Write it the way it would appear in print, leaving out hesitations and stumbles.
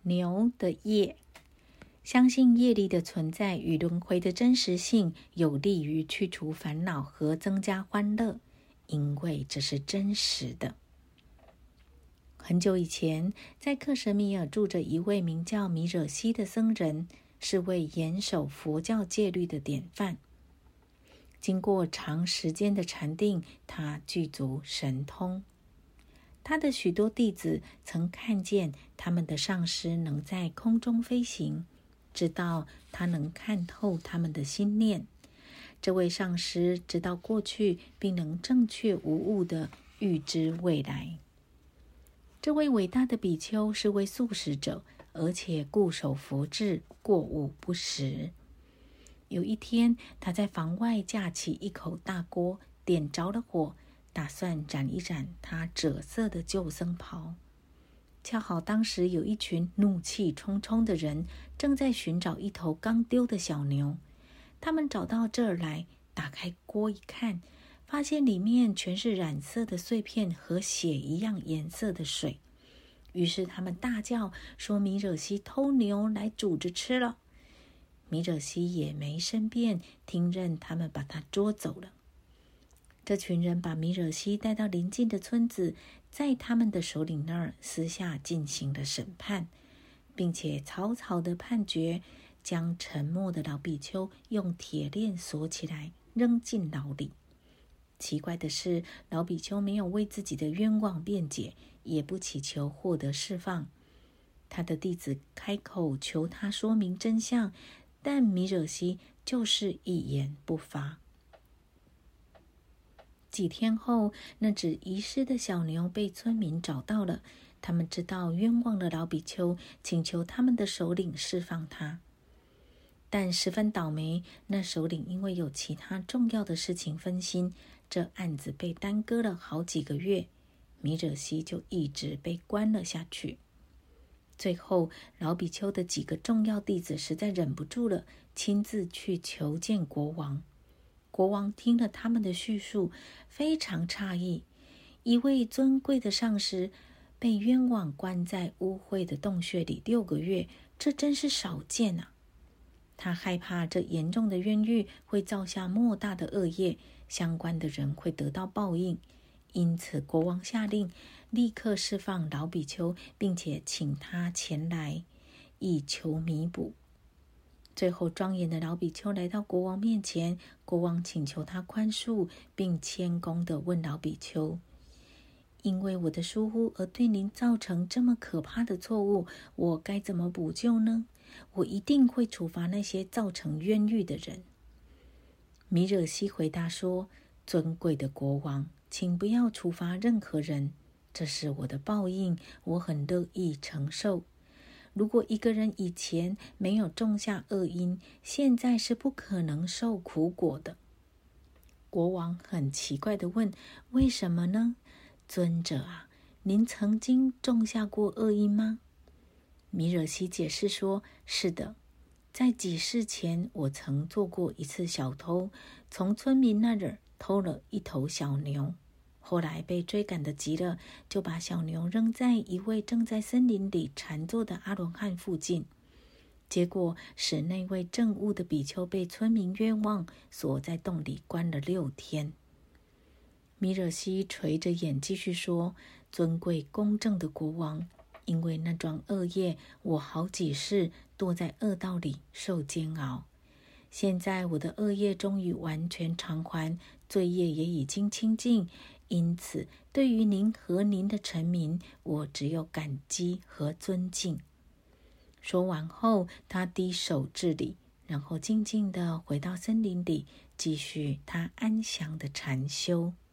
牛的业。相信业力的存在与轮回的真实性，有利于去除烦恼和增加欢乐，因为这是真实的。很久以前，在克什米尔住着一位名叫米惹西的僧人，是位严守佛教戒律的典范。经过长时间的禅定，他具足神通。他的许多弟子曾看见他们的上师能在空中飞行，知道他能看透他们的心念。这位上师知道过去，并能正确无误地预知未来。这位伟大的比丘是位素食者，而且固守佛制，过午不食。有一天，他在房外架起一口大锅，点着了火，打算染一染他赭色的旧僧袍。恰好当时有一群怒气冲冲的人正在寻找一头刚丢的小牛。他们找到这儿来，打开锅一看，发现里面全是染色的碎片和血一样颜色的水。于是他们大叫说米惹西偷牛来煮着吃了。米惹西也没申辩，听任他们把他捉走了。这群人把米惹西带到邻近的村子，在他们的首领那儿私下进行了审判，并且草草的判决，将沉默的老比丘用铁链锁起来，扔进牢里。奇怪的是，老比丘没有为自己的冤枉辩解，也不祈求获得释放。他的弟子开口求他说明真相，但米惹西就是一言不发。几天后，那只遗失的小牛被村民找到了，他们知道冤枉了老比丘，请求他们的首领释放他。但十分倒霉，那首领因为有其他重要的事情分心，这案子被耽搁了好几个月，米惹西就一直被关了下去。最后，老比丘的几个重要弟子实在忍不住了，亲自去求见国王。国王听了他们的叙述，非常诧异。一位尊贵的上师被冤枉关在污秽的洞穴里6个月，这真是少见啊！他害怕这严重的冤狱会造下莫大的恶业，相关的人会得到报应。因此国王下令立刻释放老比丘，并且请他前来以求弥补。最后庄严的老比丘来到国王面前，国王请求他宽恕，并谦恭地问老比丘：因为我的疏忽而对您造成这么可怕的错误，我该怎么补救呢？我一定会处罚那些造成冤狱的人。米惹西回答说：尊贵的国王，请不要处罚任何人，这是我的报应，我很乐意承受。如果一个人以前没有种下恶因，现在是不可能受苦果的。国王很奇怪地问：为什么呢？尊者啊，您曾经种下过恶因吗？米惹西解释说：是的，在几世前，我曾做过一次小偷，从村民那儿偷了一头小牛。后来被追赶得急了，就把小牛扔在一位正在森林里禅坐的阿罗汉附近，结果使那位证悟的比丘被村民冤枉，锁在洞里关了6天。米惹西垂着眼继续说：尊贵公正的国王，因为那桩恶业，我好几世堕在恶道里受煎熬。现在我的恶业终于完全偿还，罪业也已经清净，因此对于您和您的臣民，我只有感激和尊敬。说完后，他低首致礼，然后静静地回到森林里，继续他安详的禅修。